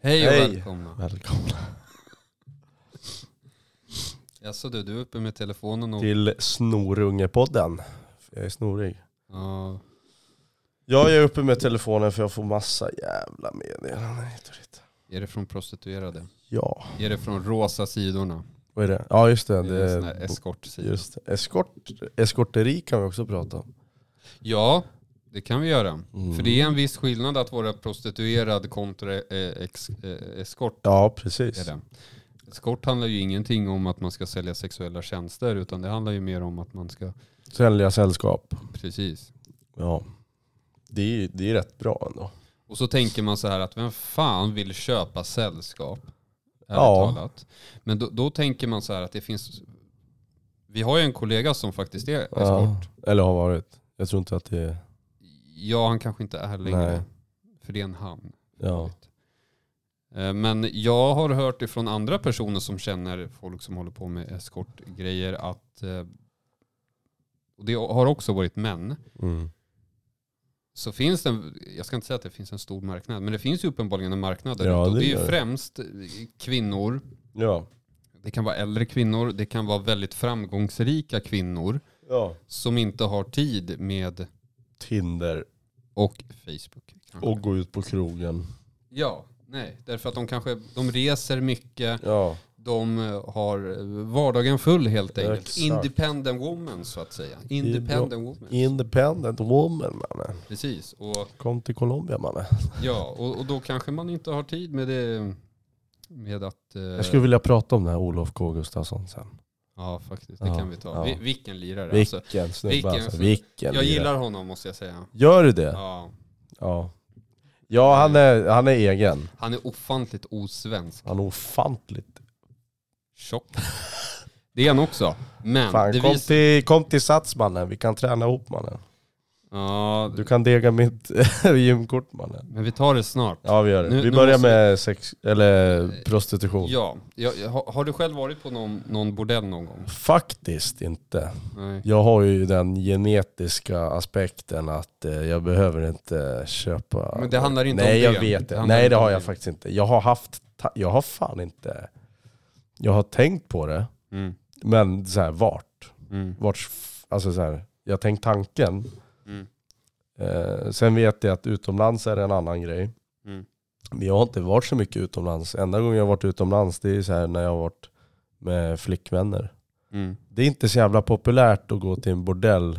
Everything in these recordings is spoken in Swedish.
Hej och välkomna. Välkomna. Jaså du är uppe med telefonen och... Till Snorunge-podden. Jag är snorig. Ja. Jag är uppe med telefonen för jag får massa jävla meddelanden. Är det från prostituerade? Ja. Är det från rosa sidorna? Vad är det? Ja just det. Det är en sån här eskortsida. Just det. Eskorteri kan vi också prata om. Ja, det kan vi göra. För det är en viss skillnad att vara prostituerad kontra eskort. Ja, precis. Eskort handlar ju ingenting om att man ska sälja sexuella tjänster, utan det handlar ju mer om att man ska... Sälja sällskap. Precis. Ja. Det är rätt bra ändå. Och så tänker man så här att vem fan vill köpa sällskap? Ja. Talat. Men då tänker man så här att det finns... Vi har ju en kollega som faktiskt är eskort. Ja, eller har varit. Jag tror inte att det är... Ja, han kanske inte är längre. Nej. För det är en han. Ja. Men jag har hört ifrån andra personer som känner folk som håller på med eskortgrejer att... Och det har också varit män. Mm. Så finns det, jag ska inte säga att det finns en stor marknad, men det finns ju uppenbarligen en marknad där Ja, ute. Och det är gör ju det. främst kvinnor. Ja. Det kan vara äldre kvinnor, det kan vara väldigt framgångsrika kvinnor Ja. som inte har tid med Tinder. och Facebook. Kanske. Och gå ut på krogen. Ja, nej, därför att de reser mycket. Ja. De har vardagen full helt enkelt. Exakt. Independent woman så att säga. Independent woman, mannen. Precis. Och, Kom till Colombia, mannen. ja, och då kanske man inte har tid med det. Med att... Jag skulle vilja prata om det här Olof K. Gustafsson sen. Ja, faktiskt. Det Ja, kan vi ta. ja. Vilken lirare. Vilken Alltså, snubbe alltså. Vilken jag lirare. gillar honom måste jag säga. Gör du det? Ja. Ja. Ja, han är egen. Han är ofantligt osvensk. Han är ofantligt. Tjock. Det är han också. Men Fan, det kom till Sats, mannen. Vi kan träna ihop, mannen. Ja, Du kan dega mitt gymkort, mannen. men vi tar det snart. Ja, vi gör det. Nu Vi börjar måste med sex eller prostitution. Ja, har du själv varit på någon bordell någon gång? Faktiskt inte. Nej. Jag har ju den genetiska aspekten att jag behöver inte köpa. Men det handlar inte om Nej, det. jag vet det. Nej, det har jag faktiskt inte. Jag har fan inte. Jag har tänkt på det. Mm. Men så här, vart? Mm. Alltså så här, jag har tänkt tanken. Mm. Sen vet jag att utomlands är det en annan grej. Mm. Men jag har inte varit så mycket utomlands. Enda gången jag har varit utomlands, det är så här när jag har varit med flickvänner. Mm. Det är inte så jävla populärt att gå till en bordell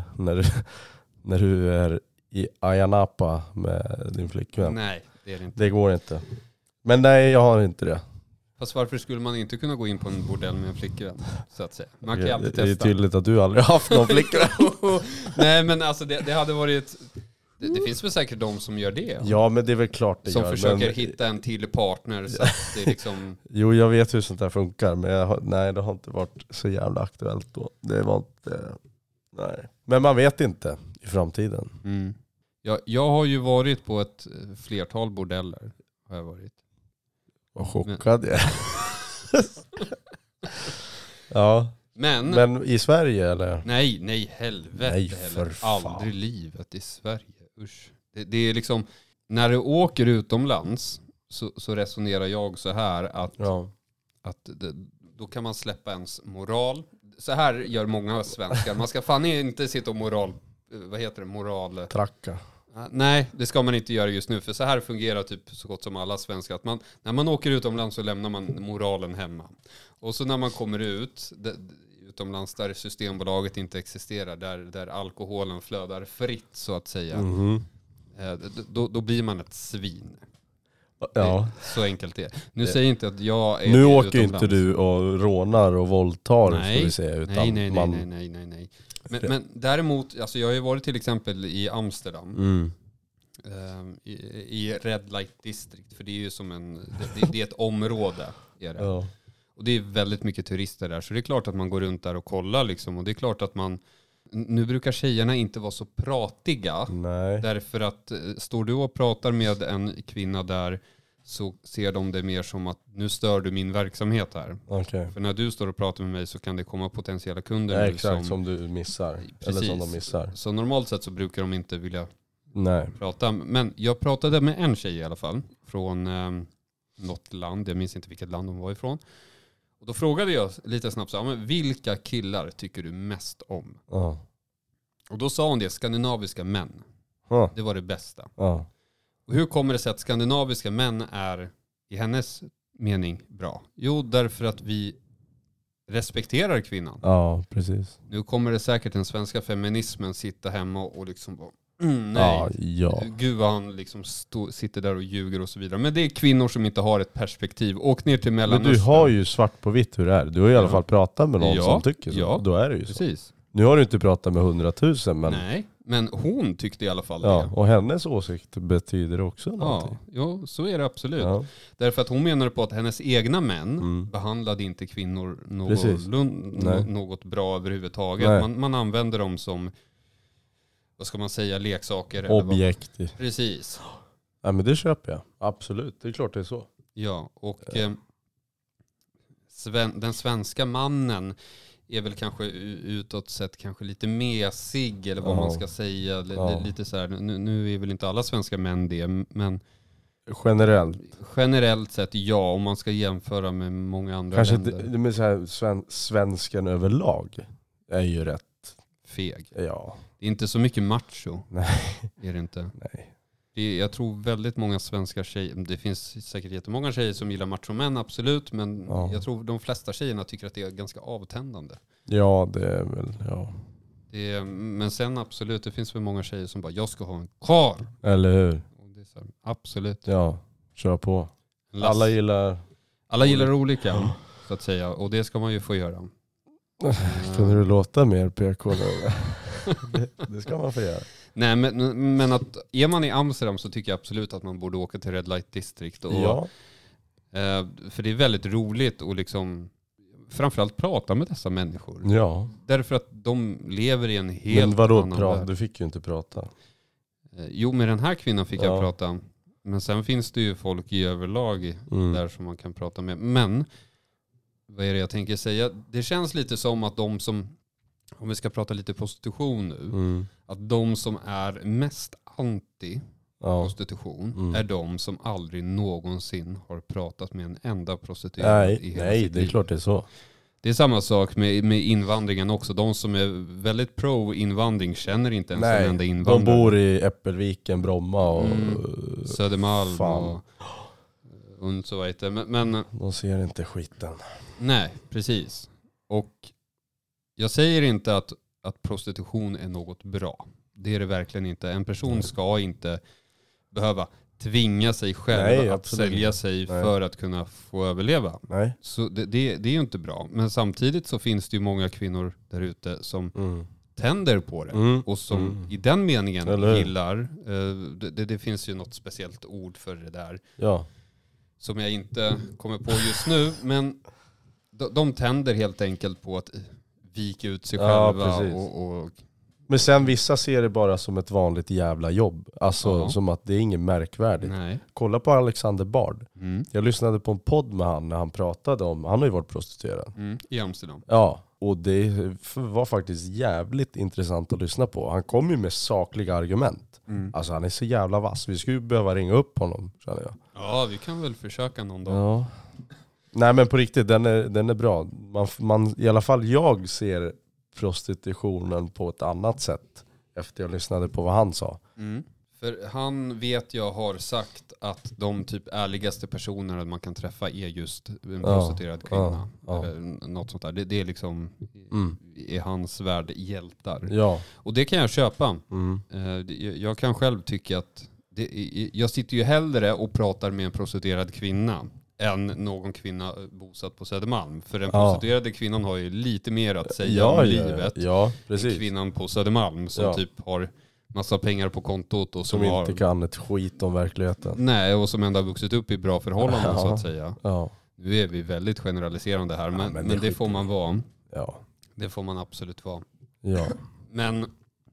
när du är i Ayia Napa med din flickvän. Nej, det är det inte. Det går inte. Men nej, jag har inte det. Fast varför skulle man inte kunna gå in på en bordell med en flickvän, så att säga? Man kan ju alltid Det är testa. tydligt att du aldrig har haft någon flickvän. Nej, men alltså det hade varit... Det finns väl säkert de som gör det. Ja, men det är väl klart det som gör. försöker men... hitta en till partner så att det är liksom... Jo, jag vet hur sånt där funkar. Men nej, det har inte varit så jävla aktuellt då. Det var inte... Nej. Men man vet inte i framtiden. Mm. Jag har ju varit på ett flertal bordeller. Har jag varit. Vad chockad jag är. Ja. Men i Sverige eller? Nej, helvete. Nej, för fan. Aldrig livet i Sverige. Usch. Det är liksom, när du åker utomlands så resonerar jag så här att, då kan man släppa ens moral. Så här gör många svenskar. Man ska fan inte sitta och moral... Tracka. Nej, det ska man inte göra just nu. För så här fungerar typ så gott som alla svenskar. Att när man åker utomlands så lämnar man moralen hemma. Och så när man kommer ut utomlands där Systembolaget inte existerar, där alkoholen flödar fritt så att säga. Då blir man ett svin. Ja. Så enkelt det är. Nu säger inte att jag är... Nu åker inte du och rånar och våldtar, nej, ska vi säga. Utan nej. Men däremot, alltså jag har ju varit till exempel i Amsterdam. I Red Light District. För det är ju som det är ett område. Är det. Ja. Och det är väldigt mycket turister där. Så det är klart att man går runt där och kollar liksom. Och det är klart att man... Nu brukar tjejerna inte vara så pratiga. Nej. Därför att står du och pratar med en kvinna där så ser de det mer som att nu stör du min verksamhet här. Okay. För när du står och pratar med mig så kan det komma potentiella kunder. Ja, exakt, som du missar. Precis. Eller som de missar. Så normalt sett så brukar de inte vilja Nej. prata. Men jag pratade med en tjej i alla fall. Från något land. Jag minns inte vilket land hon var ifrån. Och då frågade jag lite snabbt så här, men vilka killar tycker du mest om? Ja. Och då sa hon det, skandinaviska män. Ja. Det var det bästa. Ja. Och hur kommer det sig att skandinaviska män är i hennes mening bra? Jo, därför att vi respekterar kvinnan. Ja, precis. Nu kommer det säkert den svenska feminismen sitta hemma och liksom bara, nej. Ja. Gud vad han liksom sitter där och ljuger och så vidare. Men det är kvinnor som inte har ett perspektiv. Åk ner till Men Mellanöstern. du har ju svart på vitt hur det är. Du har i alla fall pratat med någon som tycker så. Ja, då är det ju så. Precis. Nu har du inte pratat med 100 000, men... Nej, men hon tyckte i alla fall Ja, det. och hennes åsikt betyder också någonting. Ja, så är det absolut. Ja. Därför att hon menade på att hennes egna män behandlade inte kvinnor något bra överhuvudtaget. Man använder dem som, vad ska man säga, leksaker. Objekt. Eller vad? Precis. Ja, men det köper jag. Absolut, det är klart det är så. Ja, och den svenska mannen är väl kanske utåt sett kanske lite mesig eller vad man ska säga. Lite så här, nu är väl inte alla svenska män det, men generellt sett ja, om man ska jämföra med många andra kanske länder. Det med så här, svenskan överlag är ju rätt feg. Ja. Det är inte så mycket macho. Nej. Är det inte? Nej. Jag tror väldigt många svenska tjejer, det finns säkert jättemånga tjejer som gillar machomän, absolut, men jag tror de flesta tjejerna tycker att det är ganska avtändande. Ja, det är väl, ja. Men sen absolut, det finns väl många tjejer som bara, jag ska ha en karl. Eller hur? Och det är så här, absolut. Ja, kör på. Alla gillar olika, så att säga, och det ska man ju få göra. Kunde du låta mer PK nu? det ska man få göra. Nej, men att är man i Amsterdam så tycker jag absolut att man borde åka till Red Light District. Och, för det är väldigt roligt att liksom framförallt prata med dessa människor. Ja. Därför att de lever i en helt annan värld. Du fick ju inte prata. Jo, med den här kvinnan fick jag prata. Men sen finns det ju folk i överlag där som man kan prata med. Men vad är det jag tänker säga? Det känns lite som att de som, om vi ska prata lite prostitution nu, att de som är mest anti prostitution är de som aldrig någonsin har pratat med en enda prostituerad i hela sitt liv. Det är klart det är så. Det är samma sak med invandringen också. De som är väldigt pro-invandring känner inte ens en enda invandrare. De bor i Äppelviken, Bromma och Södermalm och så vet jag. Men de ser inte skiten. Nej, precis. Och jag säger inte att prostitution är något bra. Det är det verkligen inte. En person ska inte behöva tvinga sig själv att sälja sig för att kunna få överleva. Nej. Så det är ju inte bra. Men samtidigt så finns det ju många kvinnor där ute som tänder på det. Och som i den meningen gillar. Det finns ju något speciellt ord för det där. Ja. Som jag inte kommer på just nu. Men de tänder helt enkelt på att vika ut sig själva. Men sen vissa ser det bara som ett vanligt jävla jobb. Alltså som att det är inget märkvärdigt. Nej. Kolla på Alexander Bard. Jag lyssnade på en podd med han när han pratade om, han har ju varit prostituerad. I Amsterdam. Ja, och det var faktiskt jävligt intressant att lyssna på. Han kom ju med sakliga argument. Alltså han är så jävla vass. Vi skulle ju behöva ringa upp honom, känner jag. Ja, vi kan väl försöka någon dag. Ja. Nej men på riktigt, den är bra. Man, i alla fall jag ser prostitutionen på ett annat sätt efter jag lyssnade på vad han sa. För han vet jag har sagt att de typ ärligaste personerna man kan träffa är just en prostituerad kvinna. Eller något sånt där. Det är liksom i hans värld hjältar. Ja. Och det kan jag köpa. Jag kan själv tycka att jag sitter ju hellre och pratar med en prostituerad kvinna än någon kvinna bosatt på Södermalm. För den prostituerade kvinnan har ju lite mer att säga om livet än kvinnan på Södermalm som typ har massa pengar på kontot och som inte kan ett skit om verkligheten. Nej, och som ändå har vuxit upp i bra förhållanden så att säga. Ja. Nu är vi väldigt generaliserande här, men det får man vara. Ja. Det får man absolut vara. Ja. Men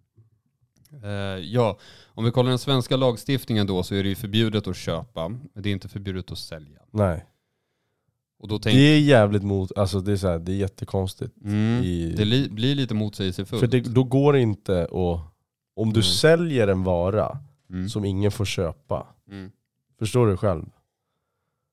om vi kollar den svenska lagstiftningen då så är det ju förbjudet att köpa, men det är inte förbjudet att sälja. Nej. Och då det är jävligt alltså det är så här, det är jättekonstigt. Det blir lite motsägelsefullt. För då går det inte att, om du säljer en vara som ingen får köpa. Förstår du själv?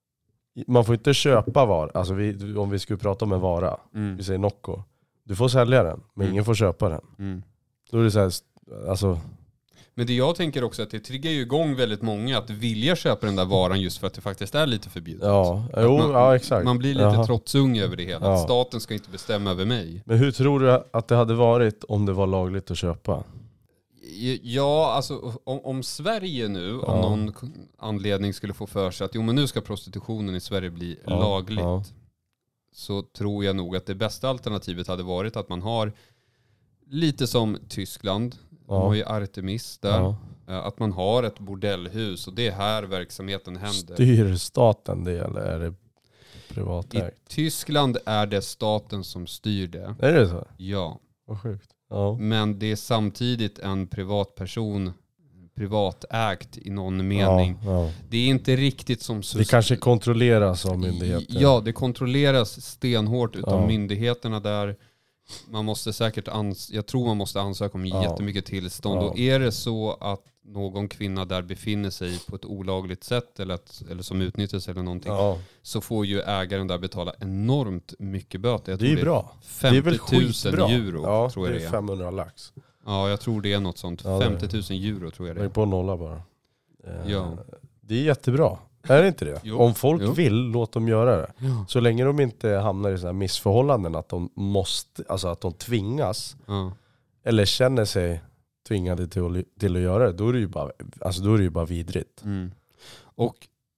man får inte köpa vara. Alltså om vi skulle prata om en vara, vi säger Nocco. Du får sälja den, men ingen får köpa den. Då är det så här, alltså... Men det jag tänker också att det triggar ju igång väldigt många att vilja köpa den där varan just för att det faktiskt är lite förbjudet. Ja, exakt. Man blir lite trotsung över det hela. Att staten ska inte bestämma över mig. Men hur tror du att det hade varit om det var lagligt att köpa? Ja, alltså om Sverige nu av någon anledning skulle få för sig att men nu ska prostitutionen i Sverige bli lagligt. Så tror jag nog att det bästa alternativet hade varit att man har lite som Tyskland. De har ju Artemis där. Att man har ett bordellhus och det är här verksamheten händer. Styr staten det eller är det privatägt? I Tyskland är det staten som styr det. Är det så? Ja. Vad sjukt. Ja. Men det är samtidigt en privatperson, privatägt i någon mening. Det är inte riktigt som... Det kanske kontrolleras av myndigheter. Ja, det kontrolleras stenhårt utav myndigheterna där. Man måste säkert jag tror man måste ansöka om jättemycket tillstånd. Och är det så att någon kvinna där befinner sig på ett olagligt sätt eller som utnyttjas eller någonting, så får ju ägaren där betala enormt mycket böter. Det är ju bra. 50 000 euro tror jag det är. 500 lax. Ja, jag tror det är något sånt. 50 000 euro tror jag det är. Jag är på nolla bara. Ja. Det är jättebra. Är det inte det? Jo. Om folk vill, låt dem göra det. Ja. Så länge de inte hamnar i sådana här missförhållanden att de måste, alltså att de tvingas eller känner sig tvingade till att göra det, då är det ju bara vidrigt. Och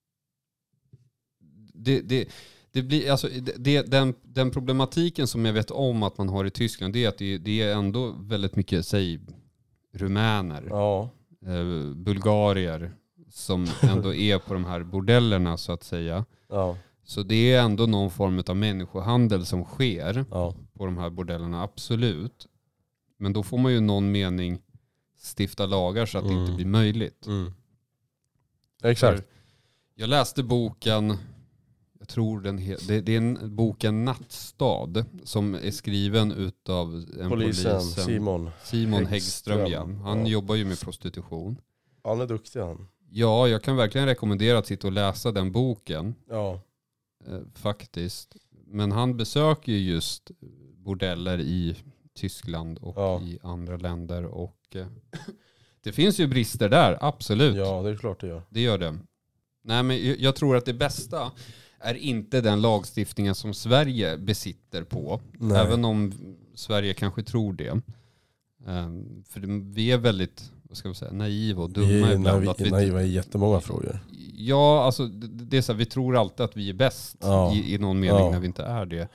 det blir alltså den problematiken som jag vet om att man har i Tyskland, det är att det är ändå väldigt mycket, säg, rumäner, bulgarier som ändå är på de här bordellerna så att säga. Så det är ändå någon form av människohandel som sker på de här bordellerna, absolut. Men då får man ju någon mening stifta lagar så att det inte blir möjligt. Exakt. Jag läste boken, jag tror det är en boken Nattstad som är skriven utav en polisen Simon Häggström. Ja. Han jobbar ju med prostitution. Han är duktig han. Ja, jag kan verkligen rekommendera att sitta och läsa den boken. Ja. Faktiskt. Men han besöker ju just bordeller i Tyskland och i andra länder. Och det finns ju brister där, absolut. Ja, det är klart det gör. Det gör det. Nej, men jag tror att det bästa är inte den lagstiftningen som Sverige besitter på. Nej. Även om Sverige kanske tror det. För vi är väldigt, vad ska vi säga, naiva och dumma ibland. Vi är naiva i jättemånga frågor. Ja, alltså det är så här, vi tror alltid att vi är bäst i någon mening när vi inte är det.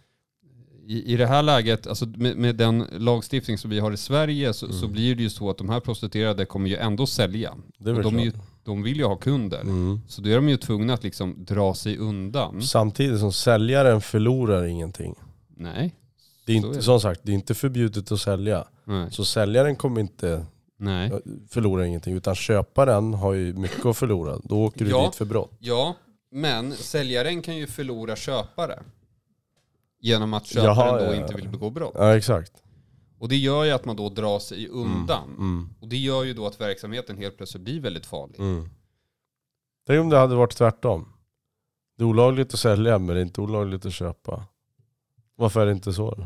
I det här läget, alltså med den lagstiftning som vi har i Sverige så blir det ju så att de här prostituerade kommer ju ändå sälja. De vill ju ha kunder. Så då är de ju tvungna att liksom dra sig undan. Samtidigt som säljaren förlorar ingenting. Nej. Det är inte, som sagt, det är inte förbjudet att sälja. Nej. Så säljaren kommer inte förlora ingenting. Utan köparen har ju mycket att förlora. Då åker du dit för brott. Ja, men säljaren kan ju förlora köpare. Genom att köparen då inte vill begå brott. Ja, exakt. Och det gör ju att man då drar sig undan. Och det gör ju då att verksamheten helt plötsligt blir väldigt farlig. Tänk om det hade varit tvärtom. Det är olagligt att sälja, men det är inte olagligt att köpa. Varför är det inte så?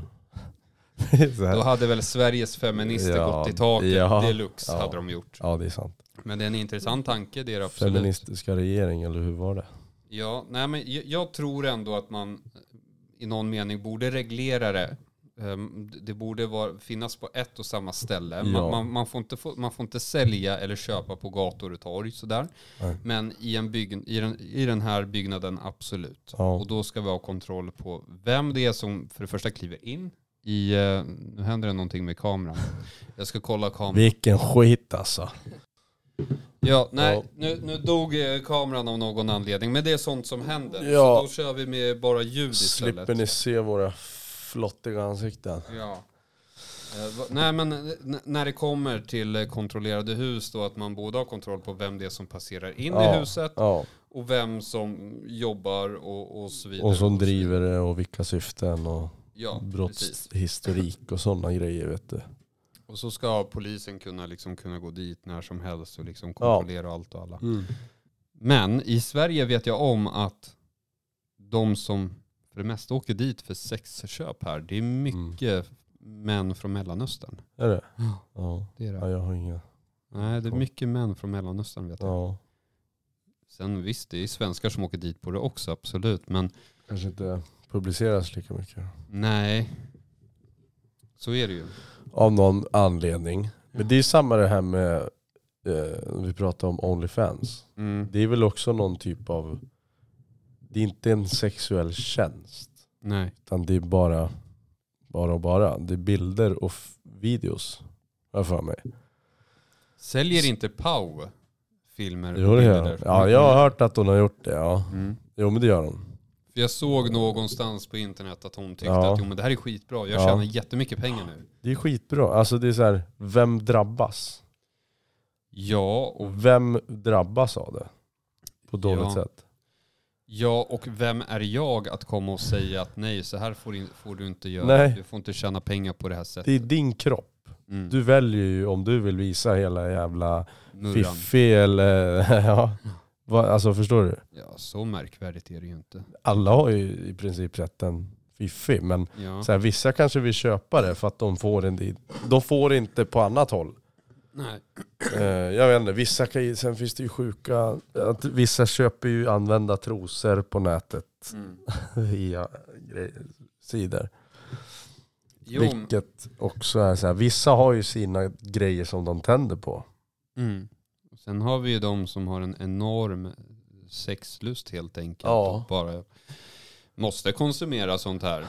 Då hade väl Sveriges feminister gått i taket. Deluxe hade de gjort. Ja, det är sant. Men det är en intressant tanke, det är det absolut. Feministiska regering, eller hur var det? Ja, nej, men jag tror ändå att man i någon mening borde reglera det. Det borde finnas på ett och samma ställe. Man får inte sälja eller köpa på gator och torg sådär. Men i den här byggnaden absolut. Och då ska vi ha kontroll på vem det är som för det första kliver in i... Nu händer det någonting med kameran. Jag ska kolla kameran. Vilken skit alltså. Ja, nej, nu dog kameran av någon anledning. Men det är sånt som händer. Så då kör vi med bara ljud istället. Slipper ni se våra flottiga ansikten. Ja. Nej, men när det kommer till kontrollerade hus då, att man både har kontroll på vem det är som passerar in i huset och vem som jobbar och så vidare. Och som driver det och vilka syften och brottshistorik och sådana grejer, vet du. Och så ska polisen kunna gå dit när som helst och liksom kontrollera allt och alla. Men i Sverige vet jag om att de som för det mesta åker dit för sexköp här, det är mycket män från Mellanöstern. Är det? Ja. Det är det. Ja, jag har inga. Nej, det är mycket män från Mellanöstern, vet jag. Ja. Sen visst, det är svenskar som åker dit på det också, absolut. Men kanske inte publiceras lika mycket. Nej, så är det ju. Av någon anledning. Men det är samma det här med, vi pratar om OnlyFans. Det är väl också någon typ av, det är inte en sexuell tjänst. Nej. Utan det är bara. Det är bilder och videos. Jag för mig. Säljer inte Pau filmer? Jo, det gör. Ja, jag har hört att hon har gjort det. Ja. Jo, men det gör hon. För jag såg någonstans på internet att hon tyckte att men det här är skitbra. Jag tjänar jättemycket pengar nu. Det är skitbra. Alltså det är så här, vem drabbas? Ja. Och vem drabbas av det? På dåligt sätt. Ja, och vem är jag att komma och säga att nej, så här får du inte göra. Nej. Du får inte tjäna pengar på det här sättet. Det är din kropp. Du väljer ju om du vill visa hela jävla fiffi eller alltså förstår du? Ja, så märkvärdigt är det ju inte. Alla har ju i princip sett en fiffi, men så här, vissa kanske vill köpa det för att de får inte på annat håll. Nej. Jag vet inte, vissa kan, sen finns det ju sjuka att vissa köper ju använda trosor på nätet via sidor. Jo. Vilket också är så här, vissa har ju sina grejer som de tänder på. Sen har vi ju de som har en enorm sexlust helt enkelt. Och bara måste konsumera sånt här.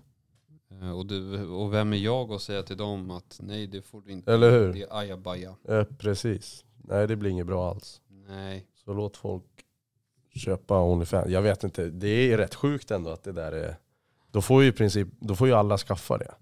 Och vem är jag att säga till dem att nej, det får du inte. Eller hur? Det är ajabaja. Precis. Nej, det blir inget bra alls. Nej. Så låt folk köpa OnlyFans. Jag vet inte, det är rätt sjukt ändå att det där är. Då får ju alla skaffa det.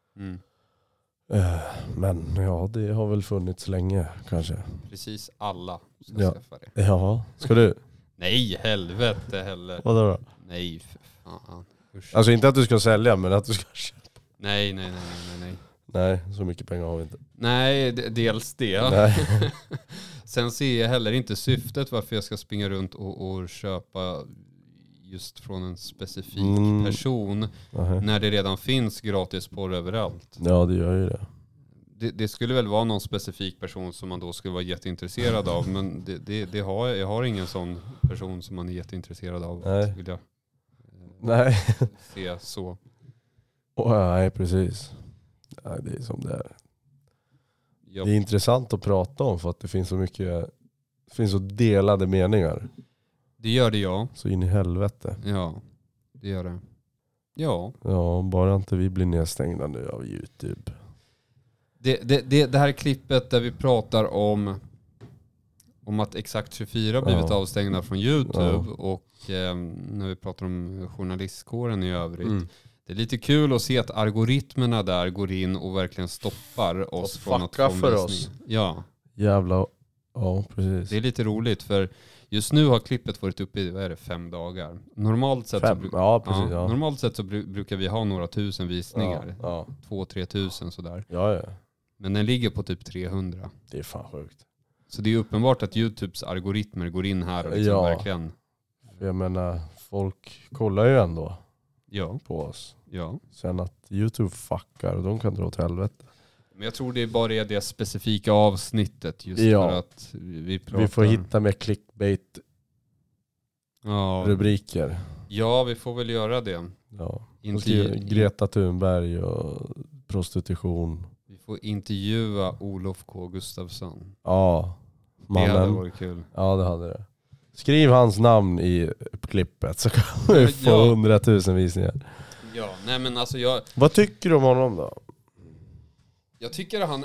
Men ja, det har väl funnits länge kanske. Precis alla ska skaffa det. Ja, ska du? Nej, helvete heller. Vadå då? Nej, för fan. Usch. Alltså inte att du ska sälja, men att du ska köpa. Nej. Nej, så mycket pengar har vi inte. Nej, dels det. Nej. Sen ser jag heller inte syftet varför jag ska springa runt och köpa just från en specifik person när det redan finns gratis porr överallt. Ja, det gör ju det. Det skulle väl vara någon specifik person som man då skulle vara jätteintresserad av, men jag har ingen sån person som man är jätteintresserad av. Nej. Vill jag se så. Nej, precis. Nej, det är som det är. Det är intressant att prata om för att det finns så mycket, det finns så delade meningar. Det gör det, ja. Så in i helvete. Ja, det gör det. Ja. Ja, bara inte vi blir nedstängda nu av YouTube. Det här klippet där vi pratar om att Exakt 24 blivit avstängda från YouTube och när vi pratar om journalistkåren i övrigt. Det är lite kul att se att algoritmerna där går in och verkligen stoppar oss från att få för oss. Ja. Jävla, ja precis. Det är lite roligt för just nu har klippet varit uppe i 5 dagar. Normalt sett normalt sett så brukar vi ha några tusen visningar. 2-3 tusen sådär. Ja. Men den ligger på typ 300. Det är fan sjukt. Så det är uppenbart att YouTubes algoritmer går in här och liksom verkligen. Jag menar, folk kollar ju ändå på oss. Ja. Sen att YouTube fuckar och de kan dra åt helvete. Men jag tror det bara är det specifika avsnittet just för att vi får hitta med clickbait rubriker. Ja, vi får väl göra det. Ja. Greta Thunberg och prostitution. Vi får intervjua Olof K. Gustafsson. Ja, mannen. Det hade varit kul. Ja, det hade det. Skriv hans namn i klippet så kan vi få 100 000 visningar. Ja, nej men alltså Vad tycker du om honom då? Jag tycker att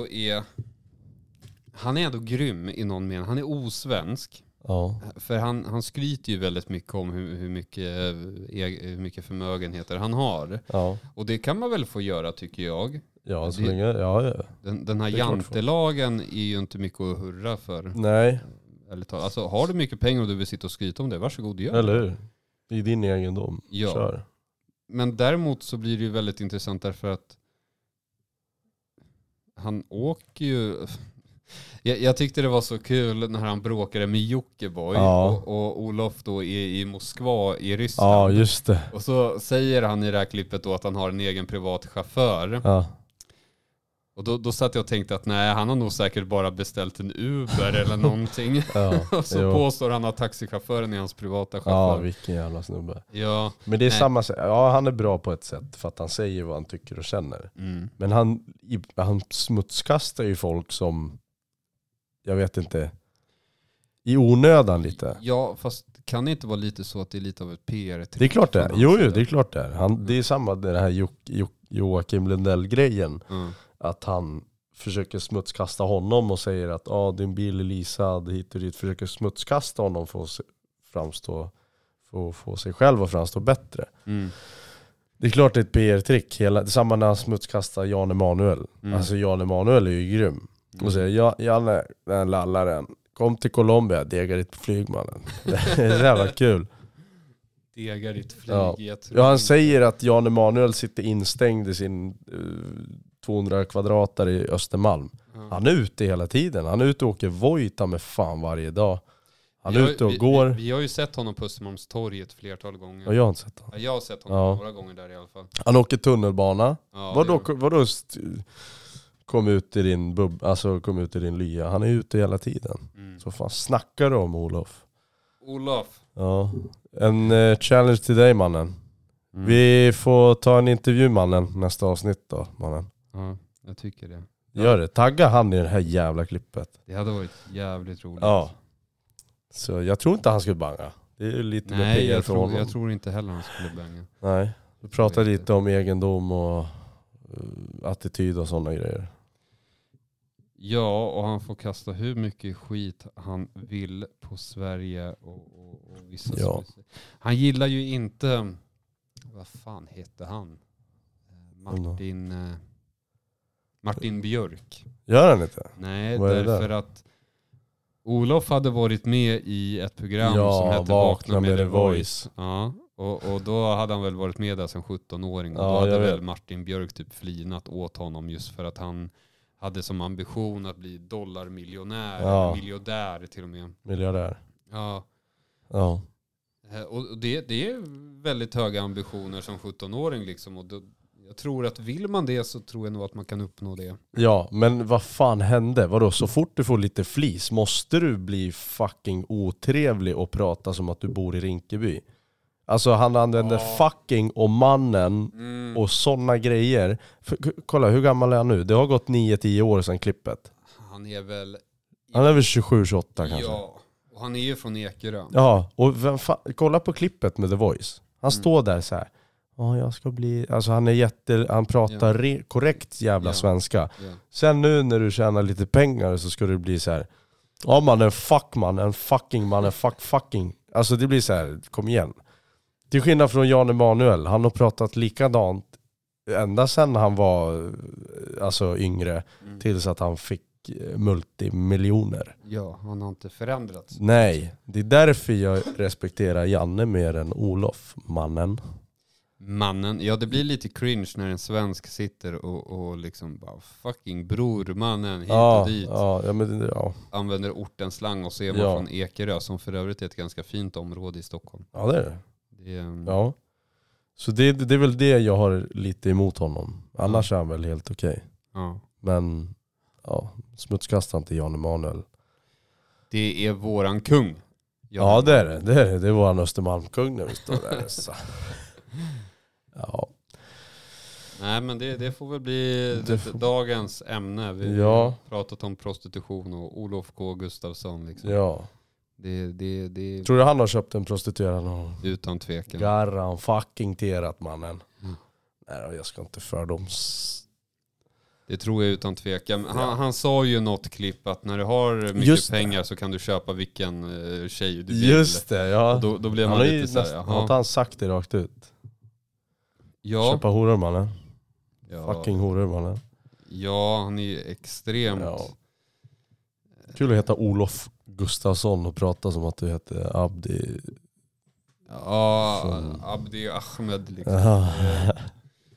han är ändå grym i någon mening. Han är osvensk. Ja. För han skryter ju väldigt mycket om hur mycket förmögenheter han har. Ja. Och det kan man väl få göra, tycker jag. Ja, så länge, Den här jantelagen är ju inte mycket att hurra för. Nej. Alltså, har du mycket pengar och du vill sitta och skryta om det, varsågod, gör det. Eller hur? Det är din egendom. Ja. Kör. Men däremot så blir det ju väldigt intressant därför att han åker ju... Jag tyckte det var så kul när han bråkade med Jockiboi och Olof då i Moskva i Ryssland. Ja, just det. Och så säger han i det här klippet då att han har en egen privat chaufför. Ja. Och då satt jag och tänkte att nej, han har nog säkert bara beställt en Uber eller någonting. Och så påstår han att taxichauffören är hans privata chaufför. Ja, vilken jävla snubbe. Ja. Men det är samma sätt. Ja, han är bra på ett sätt för att han säger vad han tycker och känner. Men han smutskastar ju folk som, jag vet inte, i onödan lite. Ja, fast kan det inte vara lite så att det är lite av ett PR-trick? Det är klart det är. Jo, det är klart det är. Det är samma det här Joakim Lundell-grejen. Att han försöker smutskasta honom och säger att din bil är leasad hit och dit. Försöker smutskasta honom för att få sig själv att framstå bättre. Det är klart det är ett PR-trick. Det är samma när han smutskastar Jan Emanuel. Alltså Jan Emanuel är ju grym. Och säger, Janne, den lallaren, kom till Colombia, degar ditt flygmannen. Det är så jävla kul. Degar ditt flyg. Ja, han säger att Jan Emanuel sitter instängd i sin 200 kvadratare i Östermalm. Han är ute hela tiden. Han är ute och åker Vojta med fan varje dag. Han är ute och går. Vi har ju sett honom på Östermalmstorget ett flertal gånger. Ja, jag har inte sett honom. Ja, jag har sett honom några gånger där i alla fall. Han åker tunnelbana. Ja, vadå kom ut i din lya? Han är ute hela tiden. Så fan snackar du om Olof? Ja. En challenge till dig, mannen. Vi får ta en intervju, mannen, nästa avsnitt då, mannen. Ja, jag tycker det. Gör det. Tagga han i det här jävla klippet. Det hade varit jävligt roligt. Ja. Så jag tror inte han skulle banga. Det är lite mer PR för honom. Jag tror inte heller han skulle banga. Nej. Vi pratar lite om egendom och attityd och sådana grejer. Ja, och han får kasta hur mycket skit han vill på Sverige och vissa saker. Han gillar ju inte, vad fan heter han? Martin Björk. Gör han inte? Nej, därför att Olof hade varit med i ett program som hette Vakna med The Voice. Ja, och då hade han väl varit med där som 17-åring. Och då hade väl Martin Björk typ flinat åt honom just för att han hade som ambition att bli dollarmiljonär, miljardär till och med. Miljardär. Ja. Ja. Och det är väldigt höga ambitioner som 17-åring liksom. Och då, jag tror att vill man det så tror jag nog att man kan uppnå det. Ja, men vad fan hände? Vadå, så fort du får lite flis måste du bli fucking otrevlig och prata som att du bor i Rinkeby? Alltså han använder fucking och mannen och sådana grejer. Kolla, hur gammal är han nu? Det har gått 9-10 år sedan klippet. Han är väl 27-28 kanske. Ja, och han är ju från Ekerö. Ja, och kolla på klippet med The Voice. Han står där så här. Jag ska bli... Alltså han pratar korrekt jävla svenska. Sen nu när du tjänar lite pengar så ska det bli så här. Fucking. Alltså det blir så här, kom igen. Till skillnad från Jan Emanuel, han har pratat likadant ända sedan han var yngre tills att han fick multimiljoner. Ja, han har inte förändrats. Nej, det är därför jag respekterar Janne mer än Olof, mannen. Ja, det blir lite cringe när en svensk sitter och liksom bara fucking bror, mannen, hit och dit. Använder ortens slang och så är man från Ekerö som för övrigt är ett ganska fint område i Stockholm. Ja, det är det. Ja. Så det är väl det jag har lite emot honom. Annars är han väl helt okej. Ja. Men smutskasta inte Jan Emanuel. Det är våran kung. Ja, det är det. Det är våran Östermalmkung när vi står där. Så. Ja. Nej, men det får väl bli dagens ämne. Vi har pratat om prostitution och Olof K. Gustafsson liksom. Ja. Det tror du han har köpt en prostituerad? Utan tvekan. Garran fucking terat, mannen. Nej, jag ska inte fördoms. Det tror jag utan tvekan. Han sa ju något klipp att när du har mycket pengar så kan du köpa vilken tjej du vill. Just det, ja. Då blir man lite så här. Har inte han sagt det rakt ut? Ja. Köpa horor, mannen. Ja. Fucking horor, mannen. Ja, han är ju extremt. Ja. Kul att heta Olof Gustafsson och prata som att du heter Abdi. Ja, Abdi Ahmed liksom.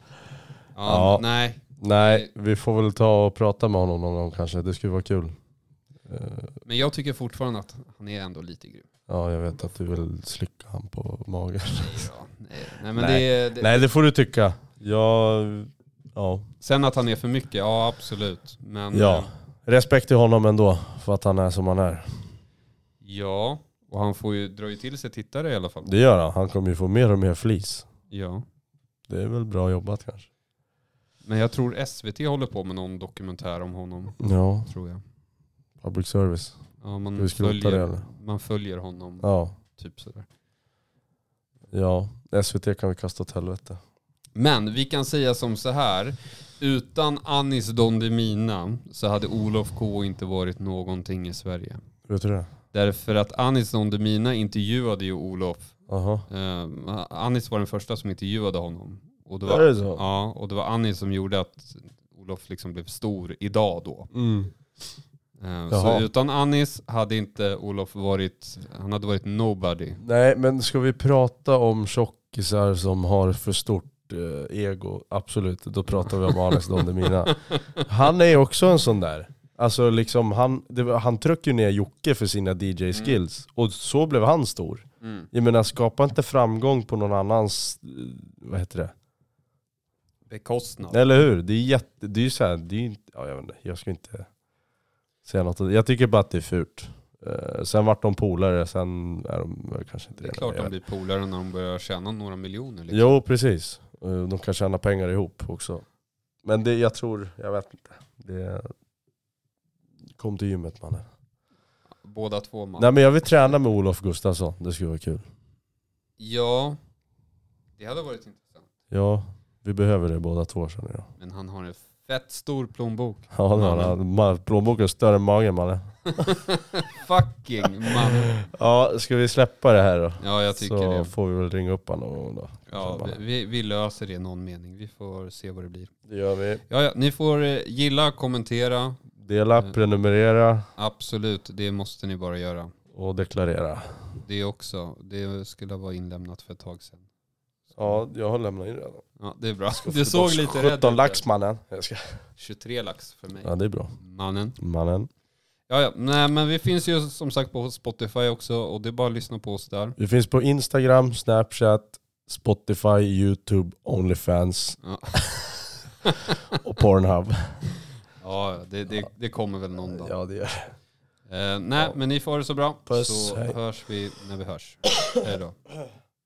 Nej, vi får väl ta och prata med honom någon gång kanske. Det skulle vara kul. Men jag tycker fortfarande att han är ändå lite grym. Ja, jag vet att du vill slicka han på magen. Nej, men nej, det får du tycka. Ja. Sen att han är för mycket, ja absolut. Men, ja, respekt till honom ändå för att han är som han är. Ja, och han får ju dra till sig tittare i alla fall. Det gör han. Han kommer ju få mer och mer flis. Ja. Det är väl bra jobbat kanske. Men jag tror SVT håller på med någon dokumentär om honom. Ja. Tror jag. Public service. Ja, man följer honom. Ja. Typ sådär. Ja, SVT kan vi kasta åt helvete. Men vi kan säga som så här. Utan Anis Don Demina så hade Olof K inte varit någonting i Sverige. Vet du det? Därför att Anis Don Demina intervjuade ju Olof. Aha. Anis var den första som intervjuade honom. Och det var, är det så? Ja, och det var Anis som gjorde att Olof liksom blev stor idag då. Så utan Anis hade inte Olof varit, han hade varit nobody. Nej, men ska vi prata om tjockisar som har för stort ego? Absolut, då pratar vi om Anis Don Demina. Han är också en sån där. Alltså liksom han tryckte ju ner Jocke för sina DJ-skills. Och så blev han stor. Jag menar, skapa inte framgång på någon annans, vad heter det? Bekostnad. Eller hur? Det är ju så här, ja, jag vet inte, jag ska inte säga något. Jag tycker bara att det är fult. Sen vart de polare, sen är de kanske inte det. Det är klart de blir polare när de börjar tjäna några miljoner. Liksom. Jo, precis. De kan tjäna pengar ihop också. Men det, jag vet inte. Det kom till gymmet, mannen. Båda två, man. Nej, men jag vill träna med Olof Gustafsson. Det skulle vara kul. Ja, det hade varit intressant. Ja, vi behöver det båda två, känner jag. Men han har en fett stor plånbok. Ja, plånboken är större än magen, mannen. Fucking man. Ja, ska vi släppa det här då? Ja, jag tycker så det. Så får vi väl ringa upp honom då. Ja, vi löser det i någon mening. Vi får se vad det blir. Det gör vi. Ja, ni får gilla, kommentera. Dela, prenumerera. Absolut, det måste ni bara göra. Och deklarera. Det också. Det skulle vara inlämnat för ett tag sedan. Ja, jag har lämnat in redan. Ja, det är bra. Du såg lite rädd ut. 17 lax, mannen. 23 lax för mig. Ja, det är bra. Mannen. Ja. Nej, men vi finns ju som sagt på Spotify också. Och det är bara att lyssna på oss där. Vi finns på Instagram, Snapchat, Spotify, YouTube, OnlyFans. Ja. Och Pornhub. Ja, det kommer väl någon dag. Ja, det gör nej, men ni får det så bra. Puss, så hej. Hörs vi när vi hörs. Hej då.